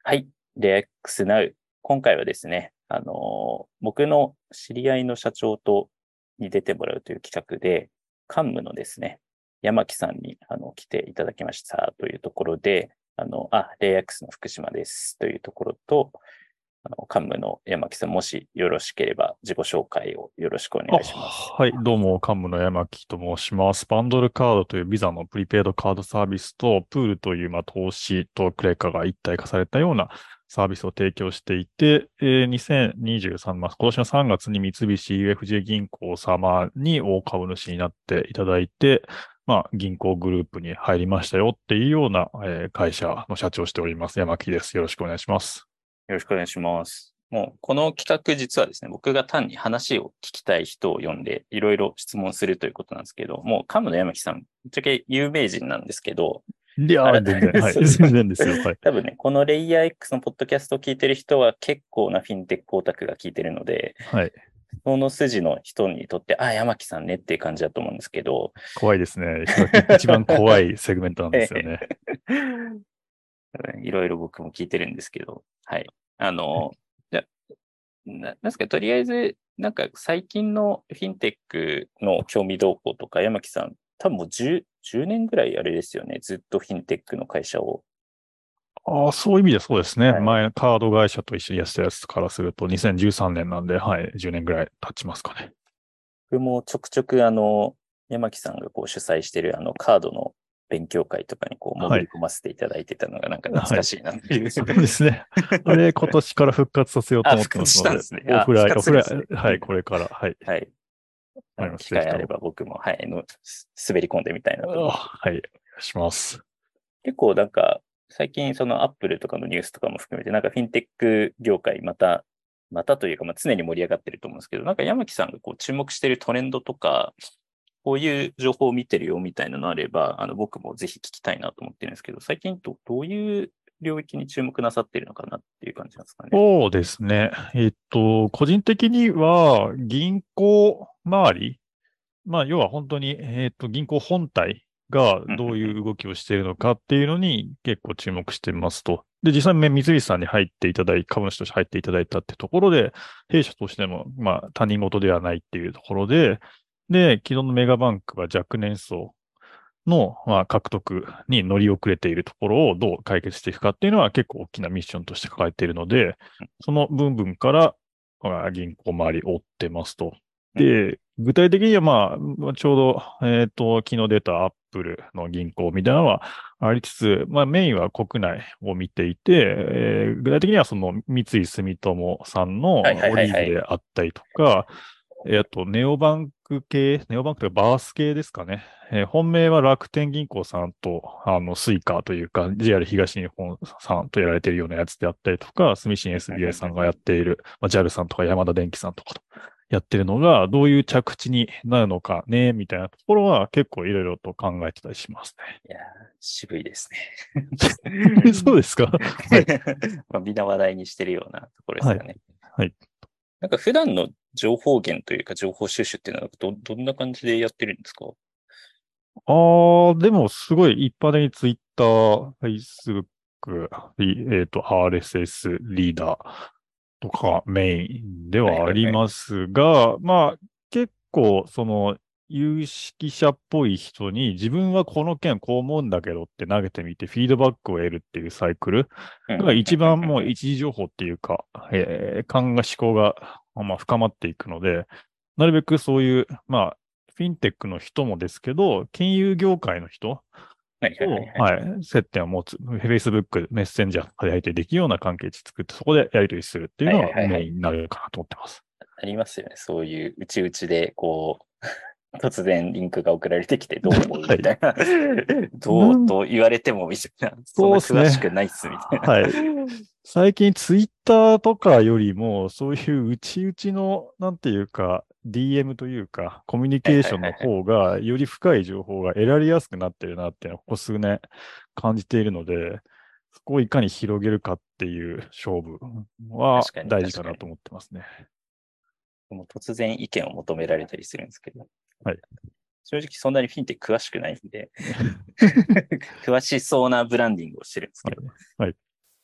はい。レアックスナウ。今回はですね、僕の知り合いの社長に出てもらうという企画で、カンムのですね、山木さんに来ていただきましたというところで、レイアックスの福島ですというところと、カンムの山木さん、もしよろしければ自己紹介をよろしくお願いします。 はい、どうも、幹部の山木と申します。バンドルカードというビザのプリペイドカードサービスと、プールという投資とクレカが一体化されたようなサービスを提供していて、2023、今年の3月に三菱 UFJ 銀行様に大株主になっていただいて、銀行グループに入りましたよっていうような、会社の社長をしております。山木です。よろしくお願いします。 よろしくお願いします。もう、この企画実はですね、僕が単に話を聞きたい人を呼んで、いろいろ質問するということなんですけど、もう、カムの山木さん、ぶっちゃけ有名人なんですけど、 いやー、全然、はい、 そう全然ですよ。はい。 多分ね、このレイヤー X のポッドキャストを聞いてる人は結構なフィンテックオタクが聞いてるので、 はい。 その筋の人にとって、山木さんねっていう感じだと思うんですけど、 怖いですね。一番怖いセグメントなんですよね。 いろいろ僕も聞いてるんですけど、はい。じゃなんですか、とりあえず、なんか最近のフィンテックの興味動向とか、山木さん、多分もう10年ぐらいあれですよね。ずっとフィンテックの会社を。 ああ、そういう意味でそうですね。 はい。 前、カード会社と一緒にやってたやつからすると、2013年なんで、はい、10年ぐらい経ちますかね。 僕もちょくちょく山木さんがこう主催してるカードの勉強会とかにこう潜はい。 り込ませていただいてたのがなんか懐はい。 かしいなっていう。 そうですね。あれ、今年から復活させようと思っ復活てますので、 したんですね。復オフライ活するんですね。 ン、はい、これから、はい、 はい。 あります。 機会あれぜひとも。 ば僕も、はい、滑り込んでみたいなと思って。 はい、お願いします。 結構なんか、最近そのアップルとかのニュースとかも含めて、なんかフィンテック業界またというか、常に盛り上がってると思うんですけど、なんか山木さんがこう注目しているトレンドとか、こういう情報を見てるよみたいなのあれば、僕もぜひ聞きたいなと思ってるんですけど、最近どういう領域に注目なさってるのかなっていう感じなんですかね。 そうですね。個人的には、銀行周り、要は本当に、銀行本体がうんうんうん。 どういう動きをしているのかっていうのに結構注目してますと。で、実際に三菱さんに入っていただい、株主として入っていただいたってところで、弊社としても、他人事ではないっていうところで、既存のメガバンクは若年層の、獲得に乗り遅れているところをどう解決していくかっていうのは結構大きなミッションとして抱えているので、その部分から、銀行周り追ってますと。 うんで、具体的にはちょうど、昨日出たアップルの銀行みたいなのはありつつ、メインは国内を見ていて、具体的にはその三井住友さんはいはいのオリーブはいはい。 であったりとか、あと、ネオバンクというかバース系ですかね。本命は楽天銀行さんと、スイカというか、JR 東日本さんとやられているようなやつであったりとか、住信うんうん SBI さんがやっうんうん。 ている、JAL さんとか山田電機さんとかとやってるのが、どういう着地になるのかね、みたいなところは結構いろいろと考えてたりしますいやー、渋いですね。そうね。 ですか？はい。 みんな話題にしてるようなところですはい。 よね。 はい。 なんか普段の情報源というか情報収集っていうのはどんな感じでやってるんですか？ ああ、でもすごい一般的にツイッター、Facebook、RSS リーダーとかメインではいはありまはいはい。 すが、結構その有識者っぽい人に自分はこの件こう思うんだけどって投げてみてフィードバックを得るっていうサイクルうんうんうんが一番もううんうん。 一時情報っていうか、思考が深まっていくので、なるべくそういう、フィンテックの人もですけど、金融業界の人はいはいはいと、 はい。 接点を持つ、Facebook、メッセンジャーとかでやり取りできるような関係値作って、そこでやり取りするっていうはいのはいはいはい。 がメインになるかなと思ってます。 ありますよね。そういう内々で、こう、突然リンクが送られてきてどう思うはい。 みたいな。どうなんと言われてもみたいな。そんなそうですね。 詳しくないっすみたいな。 はい。最近ツイッターとかよりも、そういう内々の、なんていうか、DM というか、コミュニはいケーションのはいはいはい。 方が、より深い情報が得られやすくなってるなっていうのは、ここ数年感じているので、そこをいかに広げるかっていう勝負は確かに大事確かに。 かなと思ってますね。 もう突然意見を求められたりするんですけど、 はい。 正直そんなにフィンテック詳しくないんで詳しそうなブランディングをしてるんですはい。 けど、 はい。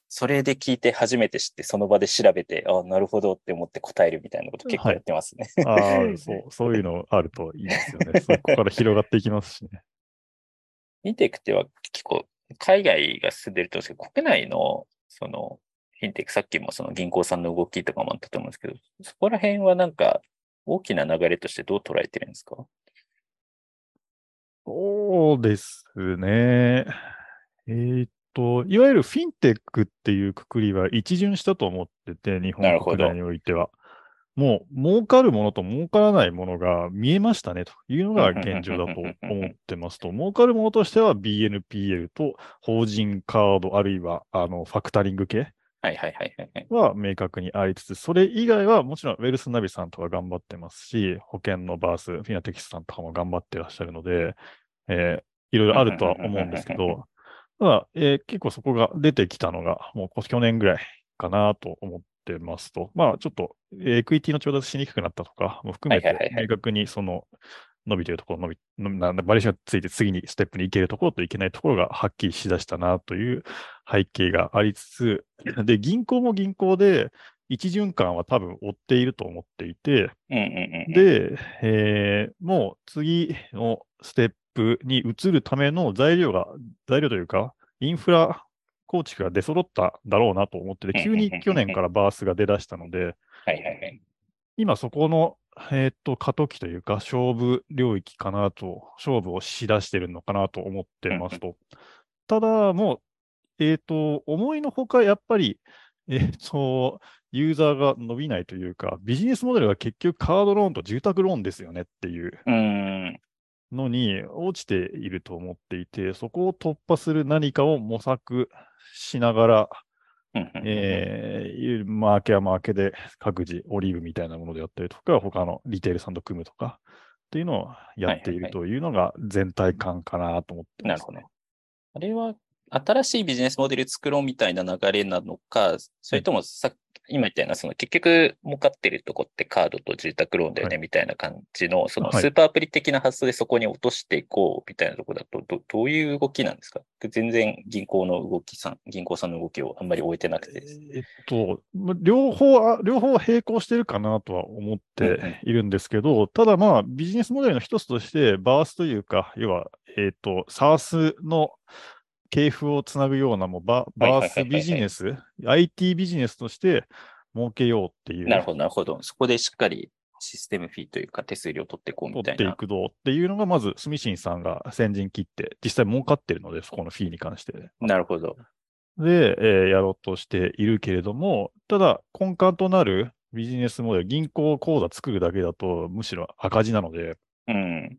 それで聞いて初めて知って、その場で調べて、あ、なるほどって思って答えるみたいなこと結構はい。 やってますね。 そういうのあるといいですよね。そこから広がっていきますしね。 フィンテックっては結構、海外が進んでると思うんですけど、国内の、フィンテック、さっきもその銀行さんの動きとかもあったと思うんですけど、そこら辺はなんか、大きな流れとしてどう捉えてるんですか？ そうですね。いわゆるフィンテックっていうくくりは一巡したと思ってて、日本国内なるほど。 においては。もう、儲かるものと儲からないものが見えましたねというのがうんふんふん現状だふんふんふと思っんふんふん。 てますと、儲かるものとしては BNPL と法人カード、あるいはファクタリング系はいはいはいはいはい。 は明確にありつつ、それ以外はもちろんウェルスナビさんとか頑張ってますし、保険のバース、フィナテキスさんとかも頑張ってらっしゃるので、いろいろうんあるとふんふんふんふんは思うんですふんふん。 けど、ただ、結構そこが出てきたのが、もう去年ぐらいかなと思ってますと、まあちょっとエクイティの調達しにくくなったとかも含はいめて、 はいはいはい。 明確にその伸びているところ、バリエーションがついて次にステップに行けるところといけないところがはっきりしだしたなという背景がありつつ、で、銀行も銀行で一循環は多分追っていると思っていて、 うんうんうんうん。 で、もう次のステップに移るための材料というか、インフラ構築が出揃っただろうなと思ってて、 うんうんうん急に去うんうん。 年からバースが出だしたので、 はいはいはい。 今そこの、過渡期というか、勝負領域かなと、勝負をしだしてるのかなと思ってうんうんますと。ただ、もう、思いのほか、やっぱり、ユーザーが伸びないというか、ビジネスモデルが結局カードローンと住宅ローンですよねっていううーん。 のに落ちていると思っていて、そこを突破する何かを模索しながら、 うんうんうんうん。 マーケはマーケで各自オリーブみたいなものであったりとか、他のリテールさんと組むとかっていうのをやっているはいはいはい。 というのが全体感かなと思ってますね。 なるほど。あれは、新しいビジネスモデル作ろうみたいな流れなのか、そはい。 れとも今言ったような、結局儲かってるとこってカードと住宅ローンだよはい。 ねみたいな感じの、そのはい。 スーパーアプリ的な発想でそこに落としていこうみたいなところだと、どういう動きなんですか？全然銀行さんの動きをあんまり終えてなくてです。 両方並行してるかなとは思ってうんうん。 いるんですけど、ただまあ、ビジネスモデルの一つとして、バースというか、要は、SaaS の系譜をつなぐような、もうはいはいはバースビいはいはい。 ジネス、IT ビジネスとして設けようっていう、 なるほど、なるほど。そこでしっかりシステムフィーというか手数料取っていこうみ取っていたいな。 くぞっていうのが、まず、スミシンさんが先陣切って、実際儲かってるので、そこのフィーに関して。 なるほど。 で、やろうとしているけれども、ただ根幹となるビジネスモデル、銀行口座作るだけだとむしろ赤字なので、 うん。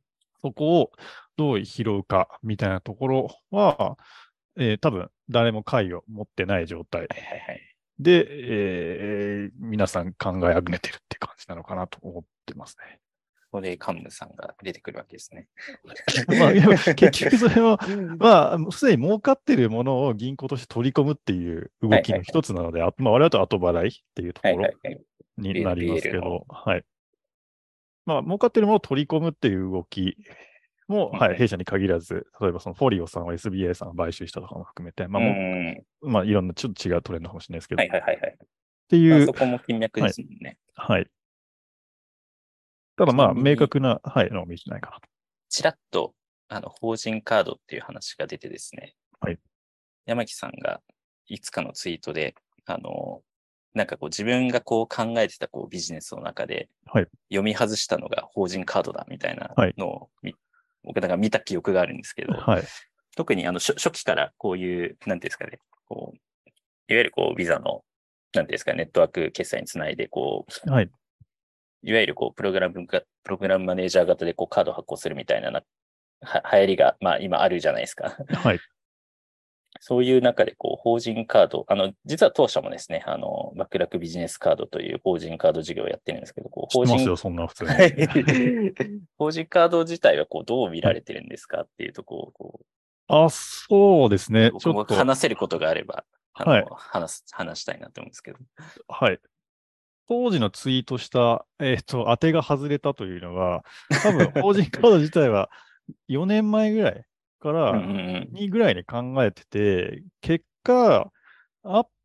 そこをどう拾うかみたいなところは、多分誰も解を持ってない状態はいはいはい。 で、皆さん考えあぐねてるって感じなのかなと思ってますね。 ここでカムさんが出てくるわけですね。 まあ、いや結局それは、まあ、すでに儲かっているものを銀行として取り込むっていう動きのはいはいはい。 一つなので、まあ、我々と後払いっていうとはころいはいはい。 になります BNPL の。 けど、はい。まあ、儲かっているものを取り込むっていう動きも、はい、弊社に限らず、例えばそのフォリオさんを SBA さんが買収したとかも含めて、 うん。 まあ、いろんなちょっと違うトレンドかもしれないですけど、っはいはいはいはい。 ていう、 まあそこも金脈ではい、 すもんね。 はい。ただちなまあ、 みに、 明確な、はい、のを見てないかなと。 ちらっと、法人カードっていう話が出てですね、 はい。 山木さんがいつかのツイートで、あの、なんかこう自分がこう考えてたこうビジネスの中ではい。 読み外したのが法人カードだみたいなはい。 のを僕なんか見た記憶があるんですけど、 はい。 特に初期からこういう、なんていうんですかね、こう、いわゆるこうビザの、なんていうんですか、ネットワーク決済につないで、こう、 はい。 いわゆるこうプログラムマネージャー型でこうカード発行するみたいな流行りが、まあ今あるじゃないですか。 はい。 そういう中で、こう、法人カード、実は当社もですね、バックラックビジネスカードという法人カード事業をやってるんですけど、こう、 知ってますよ、そんな普通に。 はい。法人カード自体は、こう、どう見はい。 られてるんですかっていうところを、 そうですね。ちょっ僕と、 話せることがあれば、 はい。 話したいなと思うんですけど。 はい。当時のツイートした、当てが外れたというのが、多分、法人カード自体は4年前ぐらいかうんうら、 んうん。 ぐらいに考えてて、結果、アッ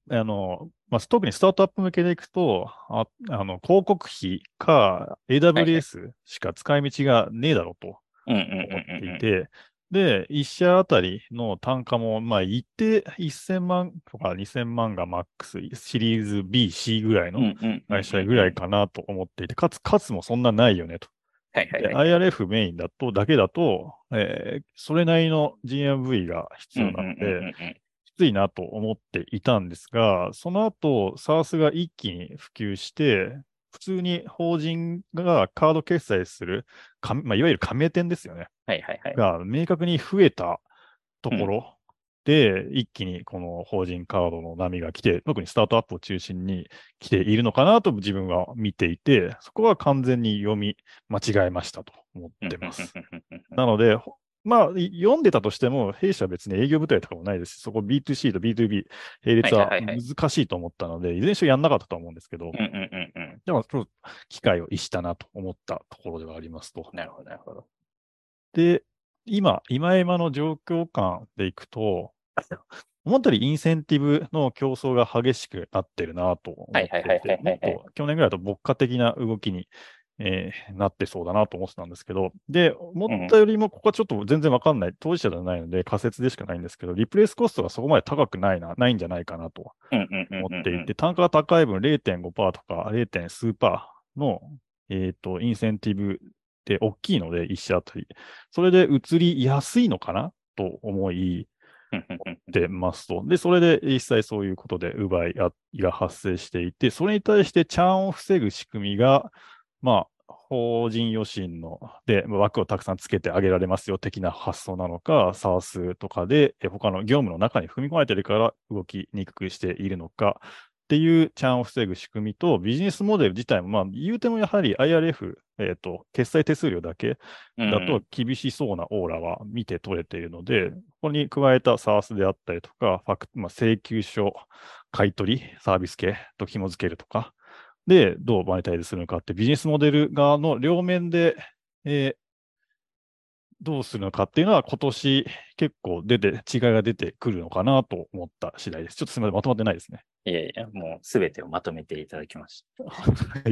特にスタートアップ向けでいくと、広告費かはいはい。 AWS しか使い道がねえだろうとうんうんうん思っていうんて、で、一社あたりの単価も、一定1000万とか2000万がマックス、シリーズ B、C ぐらいうん。うのんうんうん会社うんうん。 ぐらいかなと思っていて、かつ、数もそんなないよねと。 はいはいで、 はいはい。 IRF メインだけだと、それなりの GMV が必要うんうんうんなので、 うんうん。 きついなと思っていたんですが、その後、SARS が一気に普及して、普通に法人がカード決済する、いわゆる加盟店ですよね。 はいはいはい。 が明確に増えたとうん。 ころで、一気にこの法人カードの波が来て、特にスタートアップを中心に来ているのかなと自分は見ていて、そこは完全に読み間違えましたと思っうんうんうんてます。 うんうんうん。 なので、読んでたとしても、弊社は別に営業部隊とかもないですし、そこ B2C と B2B 並は列はいはいはいはい。 難しいと思ったので、いずれにしろやんなかったと思うんですけど、 うんうんうんうん。 でも、ちょっと機会を逸したなと思ったところではありますと。 なるほどなるほど。 で、今の状況感でいくと、思ったよりインセンティブの競争が激しくなってるなとはい思っはいはいはていて、もっいはいはい。 と去年ぐらいだと牧歌的な動きに、なってそうだなと思ってたんですけど、で、思っうん。 たよりもここはちょっと全然わかんない、当事者じゃないので仮説でしかないんですけど、リプレイスコストがそこまで高くないんじゃないかなとうんうんうん思っていて、 うんうん。 単価が高い分0.5%とか 0. 数パーの、インセンティブって大きいので、一社あたり。それで移りやすいのかなと思い、 うんうんうんうん。 てますと。で、それで実際そういうことで奪い合いが発生していて、それに対してチャーンを防ぐ仕組みが、法人予診で枠をたくさんつけてあげられますよ的な発想なのか、SaaS とかで他の業務の中に踏み込まれているから動きにくくしているのかっていうチャーンを防ぐ仕組みと、ビジネスモデル自体も、言うてもやはり IRF、決済手数料だけだとうん厳しそうなオーラは見て取れているので、ここに加えた SaaS であったりとか、請求書、買取サービス系と紐付けるとか、で、どうマネタイズするのかってビジネスモデル側の両面で、えーどうするのかっていうのは今年結構違いが出てくるのかなと思った次第です。ちょっとすみません、まとまってないですね。 いやいや、もうすべてをまとめていただきました。 はい。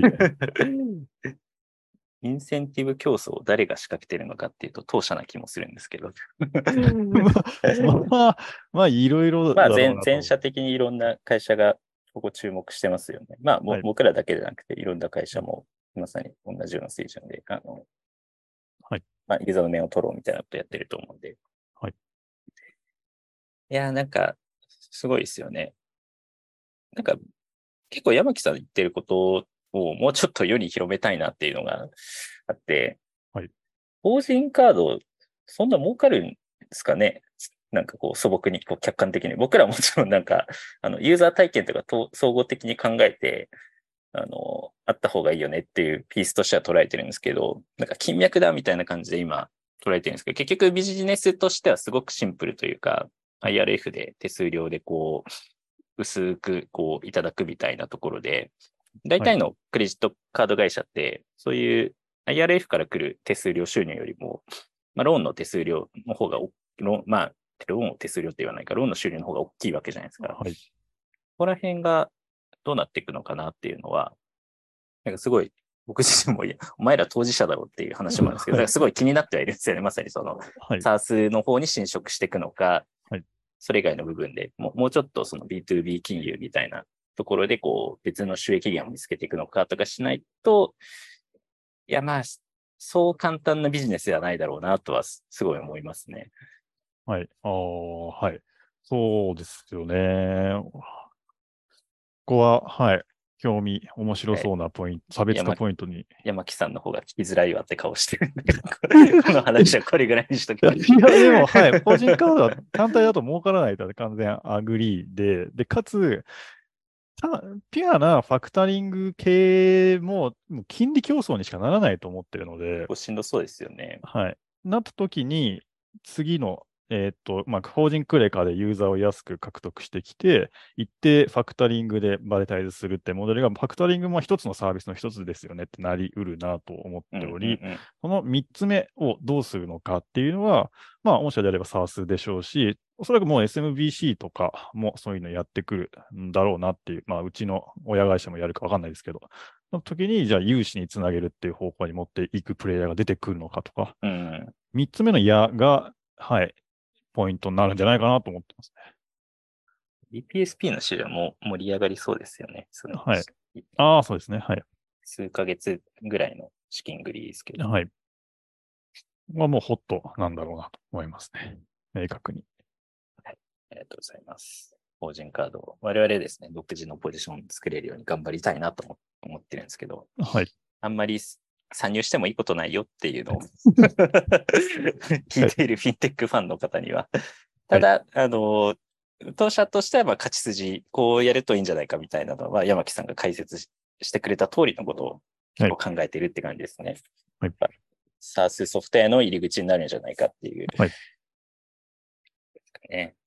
インセンティブ競争を誰が仕掛けてるのかっていうと、当社な気もするんですけど。 いろいろまあだろうなと。 全社的にいろんな会社がここ注目してますよね。まあはい。 僕らだけでなくて、いろんな会うん。 社もまさに同じような水準で、 はい。 まあ、ユーザーの面を取ろうみたいなことやってると思うんで。 はい。 いや、なんか、すごいですよね。なんか、結構山木さん言ってることをもうちょっと世に広めたいなっていうのがあって、 はい。 法人カード、そんな儲かるんですかね。なんかこう素朴に、こう客観的に。僕らもちろんなんか、ユーザー体験とかと総合的に考えて、あった方がいいよねっていうピースとしては捉えてるんですけど、なんか金脈だみたいな感じで今捉えてるんですけど、結局ビジネスとしてはすごくシンプルというか、IRF で手数料でこう、薄くこういただくみたいなところで、大はい。 体のクレジットカード会社って、そういう IRF から来る手数料収入よりも、ローンの手数料の方がローンの手数料って言わないか、ローンの収入の方が大きいわけじゃないですか。こはい。 こら辺がどうなっていくのかなっていうのは、なんかすごい、僕自身も、いや、お前ら当事者だろうっていう話もあるんですけど、だはい。 からすごい気になってはいるんですよね。まさにその、 はい。 SARS の方に侵食していくのか、 はい。 それ以外の部分でもうちょっとその B2B 金融みたいなところでこう別の収益源を見つけていくのかとかしないと、いやまあ、そう簡単なビジネスではないだろうなとはすごい思いますね。 はい。はい。そうですよね。ここは、はい。面白はい、 そうなポイント、差別化山ポイントに。 山木さんの方が聞きづらいわって顔してるんで、この話はこれぐらいにしときます。 でも、はい。法人カードは単体だと儲からないと完全アグリーで、かつ、ピュアなファクタリング系もう金利競争にしかならないと思ってるので、 しんどそうですよね。 はい。なった時に、次の、法人クレカでユーザーを安く獲得してきて、一定ファクタリングでマネタイズするってモデルが、ファクタリングも一つのサービスの一つですよねってなりうるなと思っうんうんており、 うん。 この三つ目をどうするのかっていうのは、御社であれば SaaS でしょうし、 おそらくもう SMBC とかもそういうのやってくるんだろうなっていう、まあ、うちの親会社もやるかわかんないですけど、その時に、じゃあ、融資につなげるっていう方向に持っていくプレイヤーが出てくるのかとか、 うん。 3つ目の矢が、はい、ポイントになるんじゃないかなと思ってますね。 BPSP の市場も盛り上がりそうですよね。 はい。ああ、そうですね。はい。 数ヶ月ぐらいの資金繰りですけど。 はい。まあ、もうホットなんだろうなと思いますね。明確に。 はい。ありがとうございます。法人カードを我々ですね、独自のポジション作れるように頑張りたいなと思ってるんですけど、 はい。 あんまり参入してもいいことないよっていうのを聞いているフィンテックファンの方には。ただ、当社としては勝ち筋、こうやるといいんじゃないかみたいなのは、山木さんが解説してくれた通りのことを結構考えているって感じですね。 はい。 SaaS ソフトウェアの入り口になるんじゃないかっていう。 はい。 ね。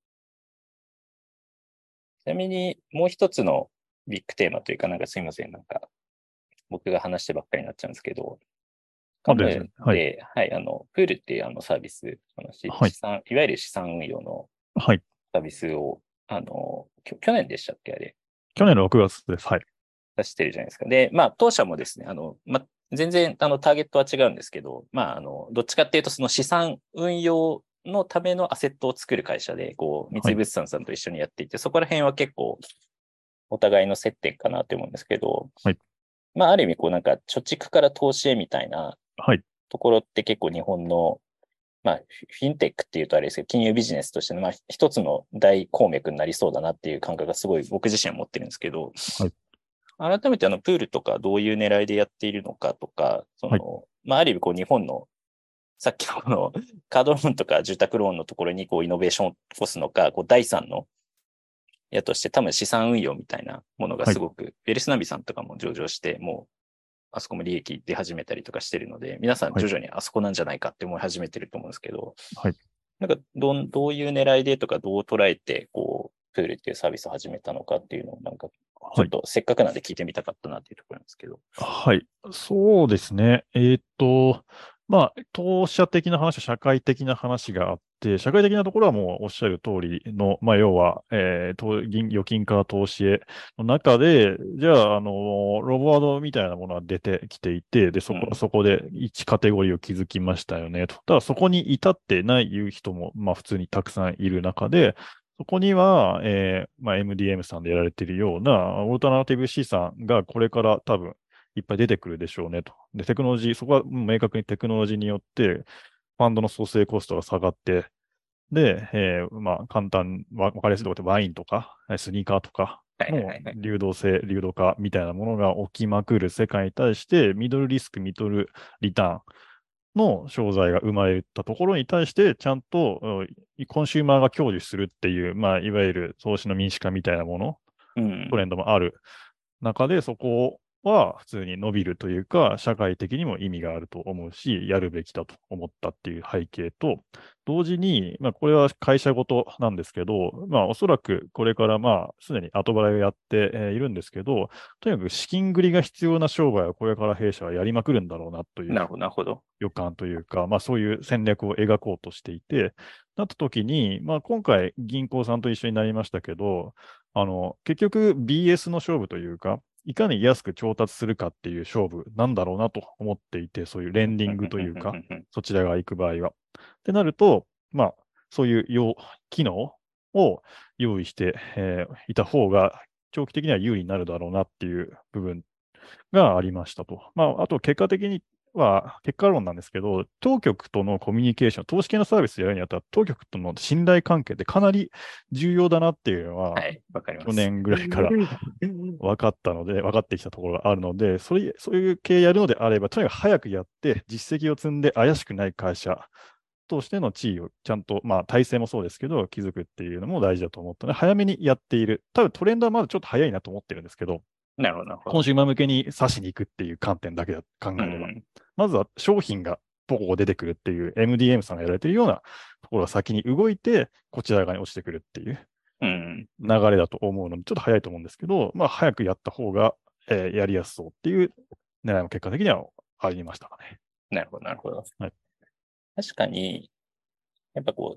ちなみに、もう一つのビッグテーマというか、なんかすいません、なんか、僕が話してばっかりになっちゃうんですけど、カムですね。はい。 で、はい、プールっていうサービス、 はい。 いわゆる資産運用のはい。 サービスを、去年でしたっけ、あれ。 去年の6月です。はい。 出してるじゃないですか。で、まあ、当社もですね、全然、ターゲットは違うんですけど、まあ、どっちかっていうと、その資産運用のためのアセットを作る会社で、こう、三井はい。 物産さんと一緒にやっていて、そこら辺は結構、お互いの接点かなって思うんですけど、 はい。 まあ、ある意味、こう、なんか、貯蓄から投資へみたいなはい。 ところって結構日本の、まあ、フィンテックっていうとあれですけど、金融ビジネスとしての、まあ、一つの大鉱脈になりそうだなっていう感覚がすごい僕自身は持ってるんですけど、 はい。 改めてプールとかどういう狙いでやっているのかとか、 はい。 まあ、ある意味こう日本のさっきのこのカードローンとか住宅ローンのところにこうイノベーションを起こすのか、こう第三のやとして多分資産運用みたいなものがはい。 すごく、ベルスナビさんとかも上場して、もうあそこも利益出始めたりとかしてるので、皆さんはい。 徐々にあそこなんじゃないかって思い始めてると思うんですけど、 はい。 なんかどういう狙いでとかどう捉えて、こう、プールっていうサービスを始めたのかっていうのをなんか、ちょはい。 っとせっかくなんで聞いてみたかったなっていうところなんですけど。 はい。そうですね。まあ、当社的な話、社会的な話があって、社会的なところはもうおっしゃる通りの、まあ、要は、預金から投資への中で、じゃあ、ロボワードみたいなものが出てきていて、で、 うん。 そこで1カテゴリーを築きましたよね、と。ただ、そこに至ってないいう人も、まあ、普通にたくさんいる中で、そこには、まあ、MDM さんでやられているような、オルタナティブ資産がこれから多分いっぱい出てくるでしょうねと。で、テクノロジー、そこは明確にテクノロジーによって、ファンドの創生コストが下がって、で、まあ、簡単、わかりやすいところでワインとか、スニーカーとかはいはいのはいはい。 流動化みたいなものが起きまくる世界に対して、ミドルリスク、ミドルリターンの商材が生まれたところに対して、ちゃんとコンシューマーが享受するっていう、まあ、いわゆる投資の民主化みたいなもの、 うん。 トレンドもある中で、そこは普通に伸びるというか、社会的にも意味があると思うし、やるべきだと思ったっていう背景と、同時に、まあ、これは会社ごとなんですけど、まあ、おそらくこれからまあ、すでに後払いをやっているんですけど、とにかく資金繰りが必要な商売はこれから弊社はやりまくるんだろうなというなるほど、なるほど。 予感というか、まあそういう戦略を描こうとしていて、なった時に、まあ今回銀行さんと一緒になりましたけど、結局 BS の勝負というか、いかに安く調達するかっていう勝負なんだろうなと思っていて、そういうレンディングというか、そちらが行く場合は。ってなると、まあ、そういう機能を用意して、いた方が、長期的には有利になるだろうなっていう部分がありましたと。まあ、あと結果的には、結果論なんですけど、当局とのコミュニケーション、投資系のサービスやるにあたって、当局との信頼関係ってかなり重要だなっていうのは、 はい、わかります。 去年ぐらいから分かったので、分かってきたところがあるので、そういう系やるのであれば、とにかく早くやって、実績を積んで怪しくない会社としての地位をちゃんと、まあ、体制もそうですけど、築くっていうのも大事だと思ったので、早めにやっている。多分トレンドはまだちょっと早いなと思ってるんですけど、 なるほど、なるほど。 コンシューマー向けに刺しに行くっていう観点だけだ考えれば、 うん。 まずは商品がポコ出てくるっていう MDM さんがやられているようなところが先に動いて、こちら側に落ちてくるっていううん。 流れだと思うので、ちょっと早いと思うんですけど、まあ早くやった方が、やりやすそうっていう狙いも結果的にはありましたかね。 なるほど、なるほど。 はい。 確かに、やっぱこう、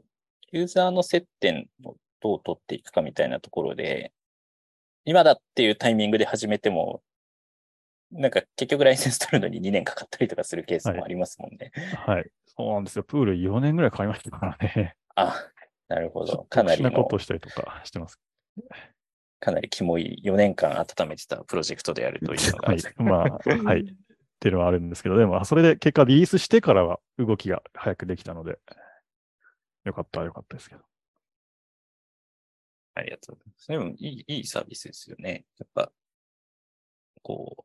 ユーザーの接点をどう取っていくかみたいなところで、今だっていうタイミングで始めても、なんか結局ライセンス取るのに2年かかったりとかするケースはい。 もありますもんね。 はい。そうなんですよ。プール4年ぐらいかかりましたからね。 あ、なるほちょっど。かと特殊なことなりの、 をしたりとかしてます。 かなりキモい4年間温めてたプロジェクトであるというのが。 はい。まあ、はい。っていうのはあるんですけど、でも、それで結果リリースしてからは動きが早くできたので、よかったですけど。 ありがとうございます。でもいいサービスですよね。やっぱ、こ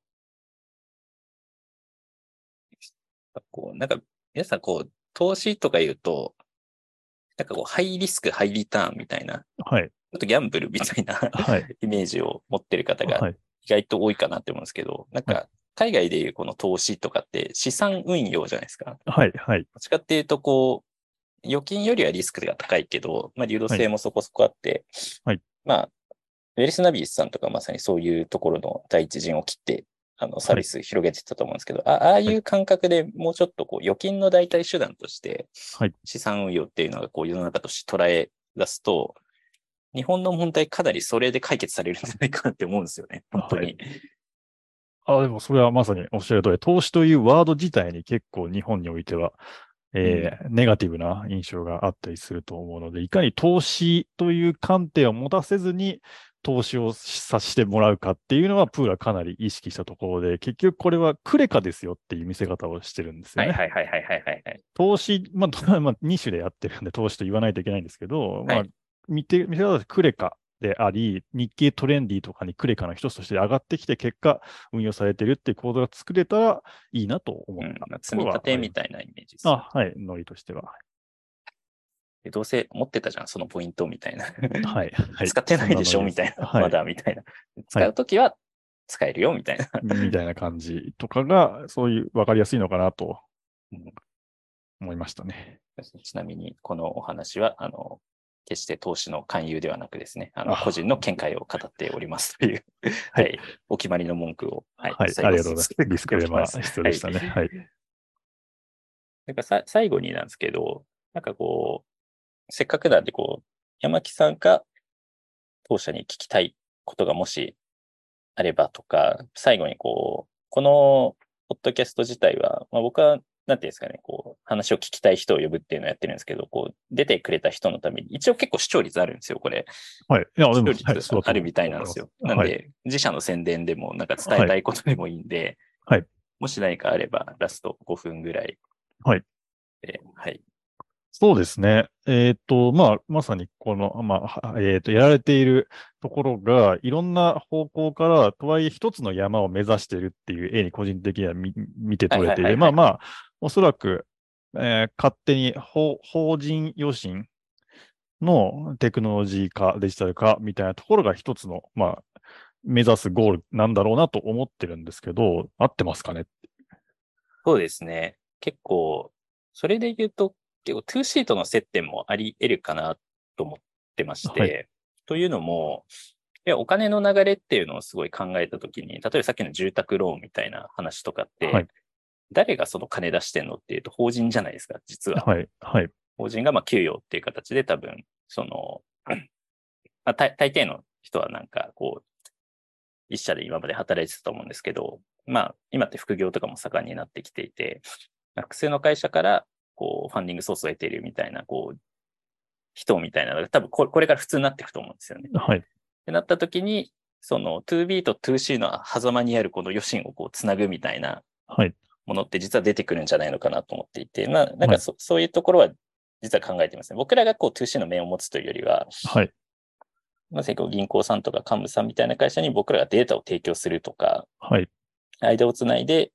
なんか、皆さん投資とか言うと、なんかハイリスク、ハイリターンみたいな、ちはい。 ょっとギャンブルみたいなはい。 イメージを持ってる方がはい。 意外と多いかなって思うんですけど、なんはい。 か、海外でいうこの投資とかって資産運用じゃないですか。どはい。はい。 っちかっていうと、預金よりはリスクが高いけど、まあ、流動はい。 性もそこそこあって、 はい。 まあ、ウェルスナビスさんとかまさにそういうところの第一陣を切って、サーはい。 ビス広げていったと思うんですけど、ああいはい。 う感覚でもうちょっと預金の代替手段としてはい。 資産運用っていうのが世の中として捉え出すと、日本の問題かなりそれで解決されるんじゃないかなって思うんですよね。本当はい。 に。 でもそれはまさにおっしゃる通り、投資というワード自体に結構日本においては、 うん。 ネガティブな印象があったりすると思うので、いかに投資という観点を持たせずに、投資をさせてもらうかっていうのは、プールはかなり意識したところで、結局これはクレカですよっていう見せ方をしてるんですよはいね。 はいはいはいはいはいはい。 投資、まあ、2種でやってるんで、投資と言わないといけないんですけど、まあ、 はい。 見せ方としてクレカであり、日経トレンディとかにクレカの一つとして上がってきて、結果、運用されてるっていう構造が作れたらいいなと思うん。 ったと積み立ころはあります。 てみたいなイメージですよね。 はい、ノリとしては。 でどうせ持ってたじゃん、そのポイントみたいな。 はい、はい、 使ってそんないでしょなノリです。 みたいな。 はい、 まだみたいな。使はい、 うときは使えるよみたいな。 みたいな感じとかが、そういう分かりやすいのかなとうん思いましたね。 ちなみに、このお話は、決して投資の勧誘ではなくですね、個人あ、 の見解を語っておりますというはい、 はい、お決まりの文句を、はい、 はい、 最後にありがとうございます。 つけてディスクレーおきます。 マー必要はい。 でしたね。はい。 なんか最後になんですけど、なんかせっかくなんで山木さんが当社に聞きたいことがもしあればとか、最後にこのポッドキャスト自体は、まあ、僕は、なんていうんですかね、話を聞きたい人を呼ぶっていうのをやってるんですけど、出てくれた人のために、一応結構視聴率あるんですよ、これ。 はい。いや、でも、はい、 視聴率そうだとあるみたいな思います。 んですよ。なんはい。 で、自社の宣伝でもなんか伝えはい。 たいことでもいいんで、 はい。 もし何かあれば、ラスト5分ぐらいはい。 で、はい。 そうですね。まあ、まさにこの、まあ、やられているところが、いろんな方向から、とはいえ一つの山を目指しているっていう絵に個人的には見てはいはい取れていて、 はいはいはい。 まあまあ、おそらく、勝手に法人予診のテクノロジー化、デジタル化みたいなところが一つの、まあ、目指すゴールなんだろうなと思ってるんですけど、合ってますかね？ そうですね。結構、それで言うと、結構2シートの接点もあり得るかなと思ってましはい。 て、というのも、お金の流れっていうのをすごい考えたときに、例えばさっきの住宅ローンみたいな話とかって、 はい。 誰がその金出してんのっていうと法人じゃないですか、実は。 はい。はい。 法人がまあ給与っていう形で多分、まあ、大抵の人はなんか一社で今まで働いてたと思うんですけど、まあ今って副業とかも盛んになってきていて、複数の会社からファンディングソースを得ているみたいな人みたいなのが多分これから普通になっていくと思うんですよね。 はい。 ってなった時に、その 2B と 2C の狭間にあるこの余震をつなぐみたいなはい。 ものって実は出てくるんじゃないのかなと思っていて、なんかはい。 そういうところは実は考えてますね。僕らが2C の面を持つというよりは、 はい。 まさに銀行さんとか幹部さんみたいな会社に僕らがデータを提供するとか、 はい。 間をつないで、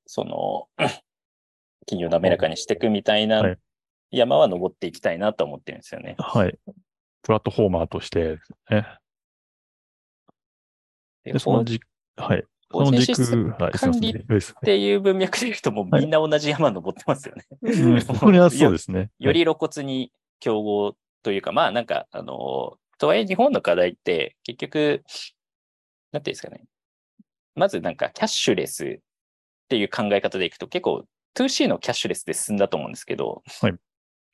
金融を滑らかにしていくみたいなはい。 山は登っていきたいなと思ってるんですよね。 はい。プラットフォーマーとしてね。 で、 で、その軸、はい。その法人支出軸、はい、すみません。 管理っですね。 ていう文脈で言うともうはい。 みんな同じ山登ってますよね。 うん、そもれはうそうですね。はい。 より露骨に競合というか、まあなんか、とはいえ日本の課題って結局、なんていうんですかね。まずなんかキャッシュレスっていう考え方でいくと結構 2C のキャッシュレスで進んだと思うんですけど、 はい。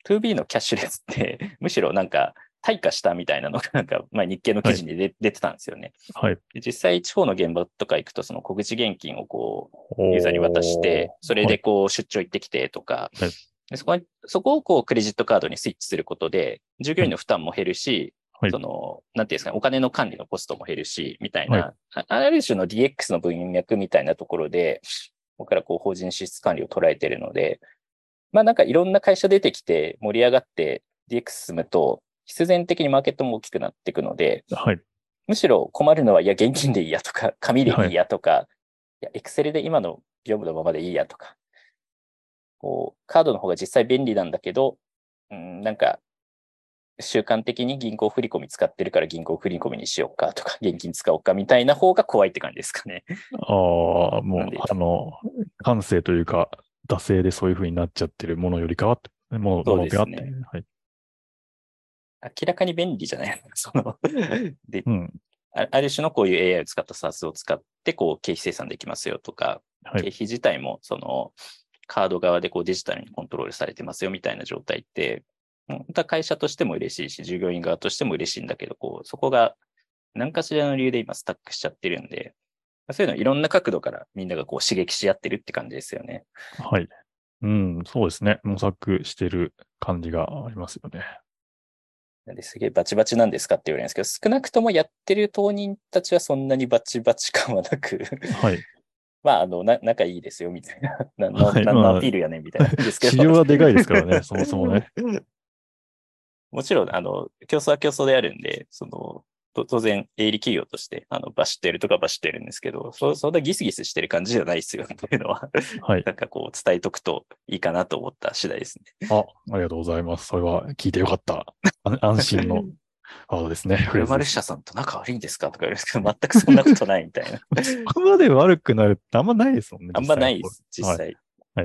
2B のキャッシュレスってむしろなんか退化したみたいなのがなんか、まあ、日経の記事に出てたんですよね。 はい。 で実際地方の現場とか行くとその小口現金をこうユーザーに渡しおー。 て、それでこう出張行ってきてとか、 はい。 でそこをこうクレジットカードにスイッチすることで、従業はい。 員の負担も減るし、 はい。 その、なんていうんですかね、お金の管理のコストも減るし、みたいはい。 な、ある種の DX の文脈みたいなところで、僕らこう法人支出管理を捉えているので、まあなんかいろんな会社出てきて盛り上がって DX 進むと、必然的にマーケットも大きくなっていくので、 はい。 むしろ困るのは、いや、現金でいいやとか、紙でいいはい。 やとか、いや、Excel で今の業務のままでいいやとか、こう、カードの方が実際便利なんだけど、なんか、習慣的に銀行振込使ってるから銀行振込にしようかとか、現金使おうかみたいな方が怖いって感じですかね。 ああ、 なんで、 もう、感性というか、惰性でそういう風になっちゃってるものよりかはって、もそうのですね。 であってね。はい。 明らかに便利じゃないそので、 うん。 ある種のこういう AI を使った SaaS を使って、こう、経費生産できますよとか、 はい。 経費自体も、その、カード側でこうデジタルにコントロールされてますよみたいな状態って、本当は会社としても嬉しいし、従業員側としても嬉しいんだけど、こう、そこが何かしらの理由で今スタックしちゃってるんで、そういうのいろんな角度からみんながこう刺激し合ってるって感じですよね。 はい。うん、そうですね。模索してる感じがありますよね。 なんですげえバチバチなんですかって言われるんですけど、少なくともやってる当人たちはそんなにバチバチ感はなくはい。 まあ、仲いいですよ、みたいな。 はい。 何のアまあ、 ピールやねん、みたいなんですけど。 市場はでかいですからね、そもそもね。 もちろん、競争は競争であるんで、その、当然、営利企業として、バシってるとかバシってるんですけど、そんなギスギスしてる感じじゃないですよ、っていうのは、 はい。 なんかこう、伝えとくといいかなと思った次第ですね。 ありがとうございます。それは聞いてよかった。安心のワードですね、フレーズです。 〇〇社さんと仲悪いんですかとか言われるんですけど、全くそんなことないみたいな。 そこまで悪くなるってあんまないですもんね、 あん実際のとこまないです、 ろ。はい。 実際。 はい。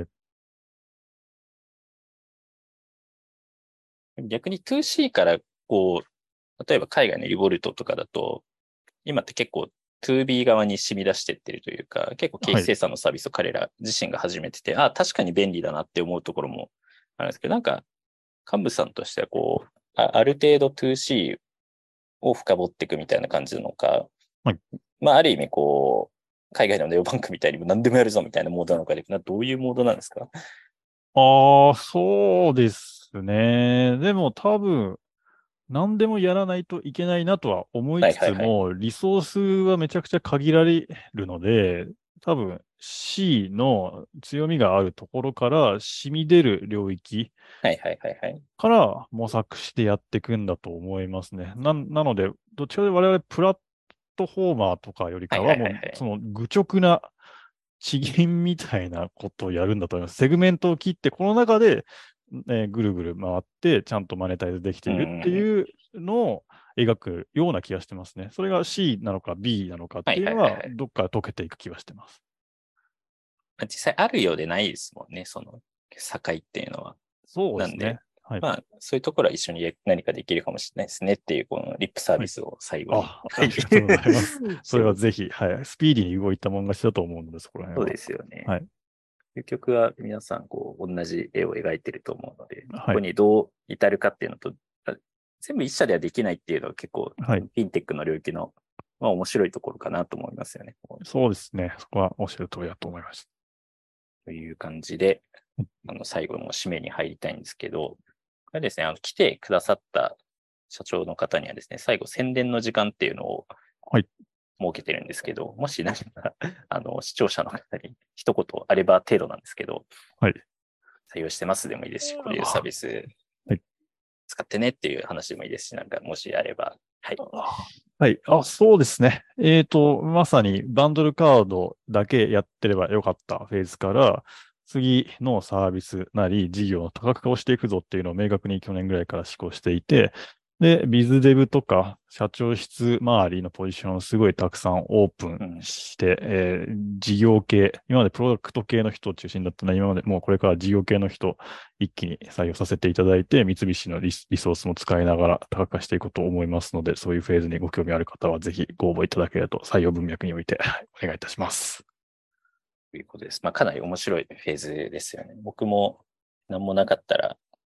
逆に 2C からこう、例えば海外のリボルトとかだと、今って結構 2B 側に染み出してってるというか、結構経費はい。 生産のサービスを彼ら自身が始めてて、確かに便利だなって思うところもあるんですけど、なんか、幹部さんとしてはこう、ある程度 2C を深掘っていくみたいな感じなのか、 はい。 まあ、ある意味こう、海外のネオバンクみたいにも何でもやるぞみたいなモードなのかで、どういうモードなんですか？ ああ、そうですね。でも多分、何でもやらないといけないなとは思いつはいはいはい。 つも、リソースはめちゃくちゃ限られるので、多分 C の強みがあるところから染み出る領域はいはいはいはい。 から模索してやっていくんだと思いますね。なので、どっちかというと我々プラットフォーマーとかよりはいかは、もうはいはいはい。 その愚直な地銀みたいなことをやるんだと思います。セグメントを切って、この中で、ぐるぐる回って、ちゃんとマネタイズできてうんいるってうんうん。 いうのを描くような気がしてますね。それが C なのか B なのかっはいていうのは、 はいはいはい。 どっか解けていく気がしてます。 実際あるようでないですもんね、その境っていうのは。なんで、 そうですね。はい。 まあ、そういうところは一緒に何かできるかもしれないですねっていう、このリップサーはい。 ビスを最後に、はい。 ありがとうございます。それしてます。 はぜひ、はい。スピーディーに動いたもん勝ちだと思うので、そこら辺は。 そうですよね。 はい。 究極は皆さん、こう、同じ絵を描いてると思うので、そはい。 こにどう至るかっていうのと、全部一社ではできないっていうのは結構、 はい。 フィンテックの領域の、まあ、面白いところかなと思いますよね。 そうですね。そこはおっしゃる通りだと思いましという感じで、 た。 最後の締めに入りたいんですけど、これですね、来てくださった社長の方にはですね、最後宣伝の時間っていうのをはい。 設けてるんですけど、もし何か、視聴者の方に一言あれば程度なんですけど、 はい。 採用してますでもいいですし、こういうサーあビスはい。 使ってねっていう話でもいいですし、なんかもしあれば、はい。 はい。そうですね。まさにバンドルカードだけやってればよかったフェーズから、次のサービスなり事業の多角化をしていくぞっていうのを明確に去年ぐらいから施行していて、で、ビズデブとか社長室周りのポジションをすごいたくさんオープンうん。 して、事業系、今までプロダクト系の人を中心だったのは、今までもうこれから事業系の人、一気に採用させていただいて、三菱のリソースも使いながら多角化していくと思いますので、そういうフェーズにご興味ある方は、ぜひご応募いただければと、採用文脈においてお願いいたします。 ということです。まあ、かなり面白いフェーズですよね。僕も何もなかったら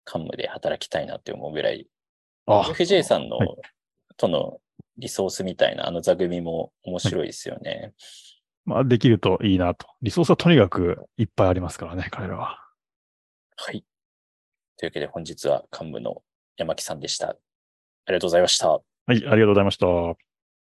カンムで働きたいなって思うぐらい、 あ、 FJ さんの、 はいとのリソースみたいな座組も面はい。 白いですよね。 まあ、できるといいなと。リソースはとにかくいっぱいありますからね、彼らは。 はい。というわけで本日はカンムの山木さんでした。ありがとうございました。 はい、ありがとうございました。